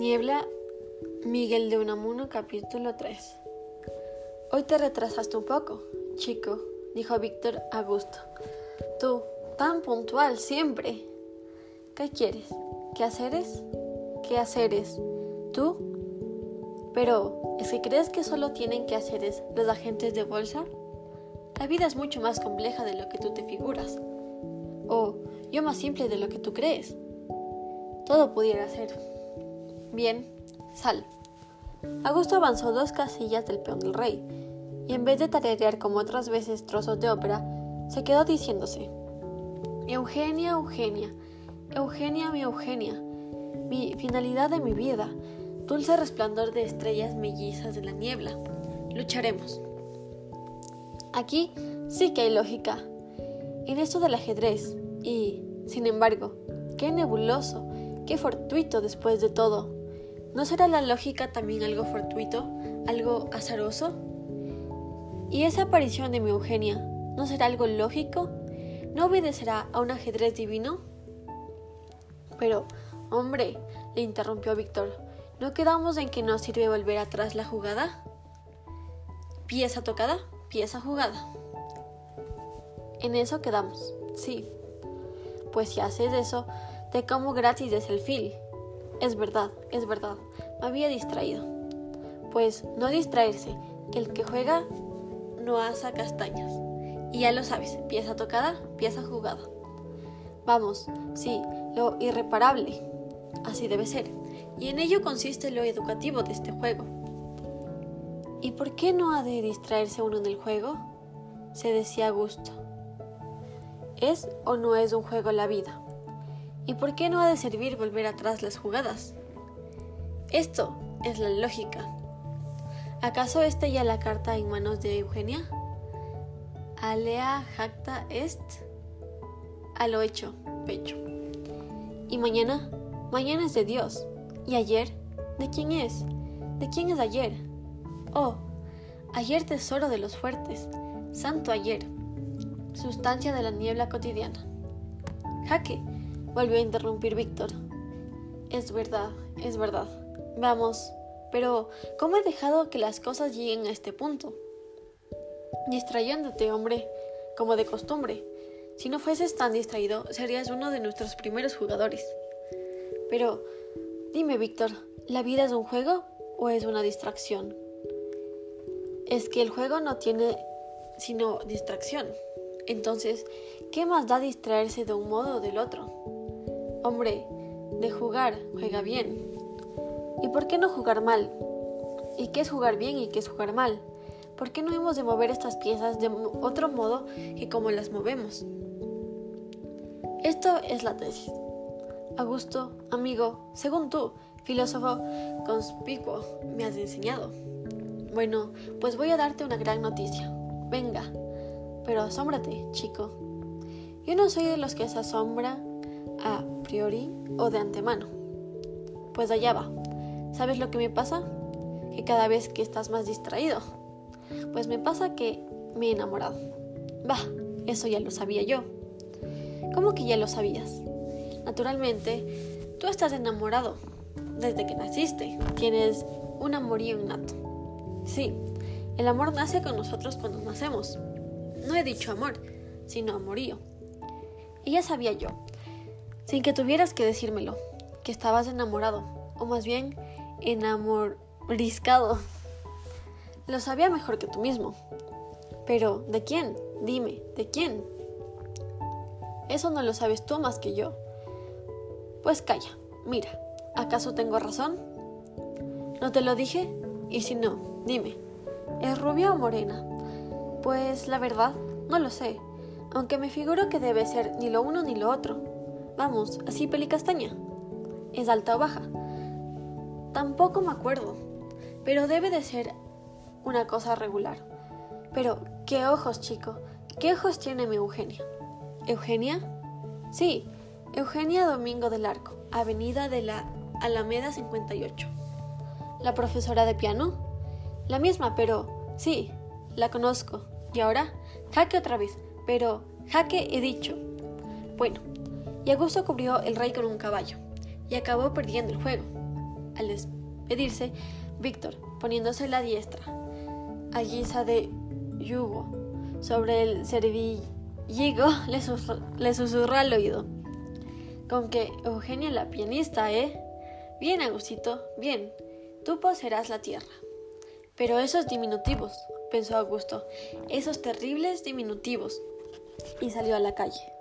Niebla, Miguel de Unamuno, capítulo 3. Hoy te retrasaste un poco, chico, dijo Víctor a Augusto. Tú, tan puntual siempre. ¿Qué quieres? ¿Qué haceres? ¿Qué haceres? ¿Tú? Pero, ¿es que crees que solo tienen que haceres los agentes de bolsa? La vida es mucho más compleja de lo que tú te figuras. O yo más simple de lo que tú crees. Todo pudiera ser. Bien, sal. Augusto avanzó 2 casillas del peón del rey, y en vez de tararear como otras veces trozos de ópera, se quedó diciéndose: Eugenia, Eugenia, Eugenia, mi Eugenia, mi finalidad de mi vida, dulce resplandor de estrellas mellizas de la niebla. Lucharemos. Aquí sí que hay lógica, en esto del ajedrez, y, sin embargo, qué nebuloso, qué fortuito después de todo. ¿No será la lógica también algo fortuito, algo azaroso? ¿Y esa aparición de mi Eugenia no será algo lógico? ¿No obedecerá a un ajedrez divino? Pero, hombre, le interrumpió Víctor, ¿no quedamos en que no sirve volver atrás la jugada? Pieza tocada, pieza jugada. En eso quedamos, sí. Pues si haces eso, te como gratis desde el fil. Es verdad, me había distraído. Pues no distraerse, que el que juega no asa castañas. Y ya lo sabes, pieza tocada, pieza jugada. Vamos, sí, lo irreparable. Así debe ser. Y en ello consiste lo educativo de este juego. ¿Y por qué no ha de distraerse uno en el juego? Se decía Augusto. ¿Es o no es un juego la vida? ¿Y por qué no ha de servir volver atrás las jugadas? Esto es la lógica. ¿Acaso está ya la carta en manos de Eugenia? Alea jacta est. A lo hecho, pecho. ¿Y mañana? Mañana es de Dios. ¿Y ayer? ¿De quién es? ¿De quién es ayer? Oh, ayer tesoro de los fuertes, santo ayer, sustancia de la niebla cotidiana. Jaque, volvió a interrumpir Víctor. Es verdad. Vamos, pero ¿cómo he dejado que las cosas lleguen a este punto? Distrayéndote, hombre, como de costumbre. Si no fueses tan distraído, serías uno de nuestros primeros jugadores. Pero, dime, Víctor, ¿la vida es un juego o es una distracción? Es que el juego no tiene sino distracción. Entonces, ¿qué más da distraerse de un modo o del otro? Hombre, de jugar, juega bien. ¿Y por qué no jugar mal? ¿Y qué es jugar bien y qué es jugar mal? ¿Por qué no hemos de mover estas piezas de otro modo que como las movemos? Esto es la tesis. Augusto, amigo, según tú, filósofo conspicuo, me has enseñado. Bueno, pues voy a darte una gran noticia. Venga, pero asómbrate, chico. Yo no soy de los que se asombra a priori o de antemano. Pues allá va. ¿Sabes lo que me pasa? Que cada vez que estás más distraído. Pues me pasa que me he enamorado. Bah, eso ya lo sabía yo. ¿Cómo que ya lo sabías? Naturalmente, tú estás enamorado desde que naciste. Tienes un amorío innato. Sí, el amor nace con nosotros cuando nacemos. No he dicho amor, sino amorío. Y ya sabía yo, sin que tuvieras que decírmelo, que estabas enamorado, o más bien enamoriscado. Lo sabía mejor que tú mismo. Pero, ¿de quién? Dime, ¿de quién? Eso no lo sabes tú más que yo. Pues calla, mira, ¿acaso tengo razón? ¿No te lo dije? Y si no, dime, ¿es rubia o morena? Pues la verdad, no lo sé, aunque me figuro que debe ser ni lo uno ni lo otro. Vamos, así pelicastaña. ¿Es alta o baja? Tampoco me acuerdo, pero debe de ser una cosa regular. Pero, ¿qué ojos, chico? ¿Qué ojos tiene mi Eugenia? ¿Eugenia? Sí, Eugenia Domingo del Arco, avenida de la Alameda 58. ¿La profesora de piano? La misma, pero sí, la conozco. Y ahora, jaque otra vez, pero jaque he dicho. Bueno, y Augusto cubrió el rey con un caballo, y acabó perdiendo el juego. Al despedirse, Víctor, poniéndose la diestra, a guisa de yugo, sobre el cervilligo, le susurró al oído: «Con que Eugenia la pianista, ¿eh? Bien, Agustito, bien. Tú poseerás la tierra». «Pero esos diminutivos», pensó Augusto, «esos terribles diminutivos», y salió a la calle.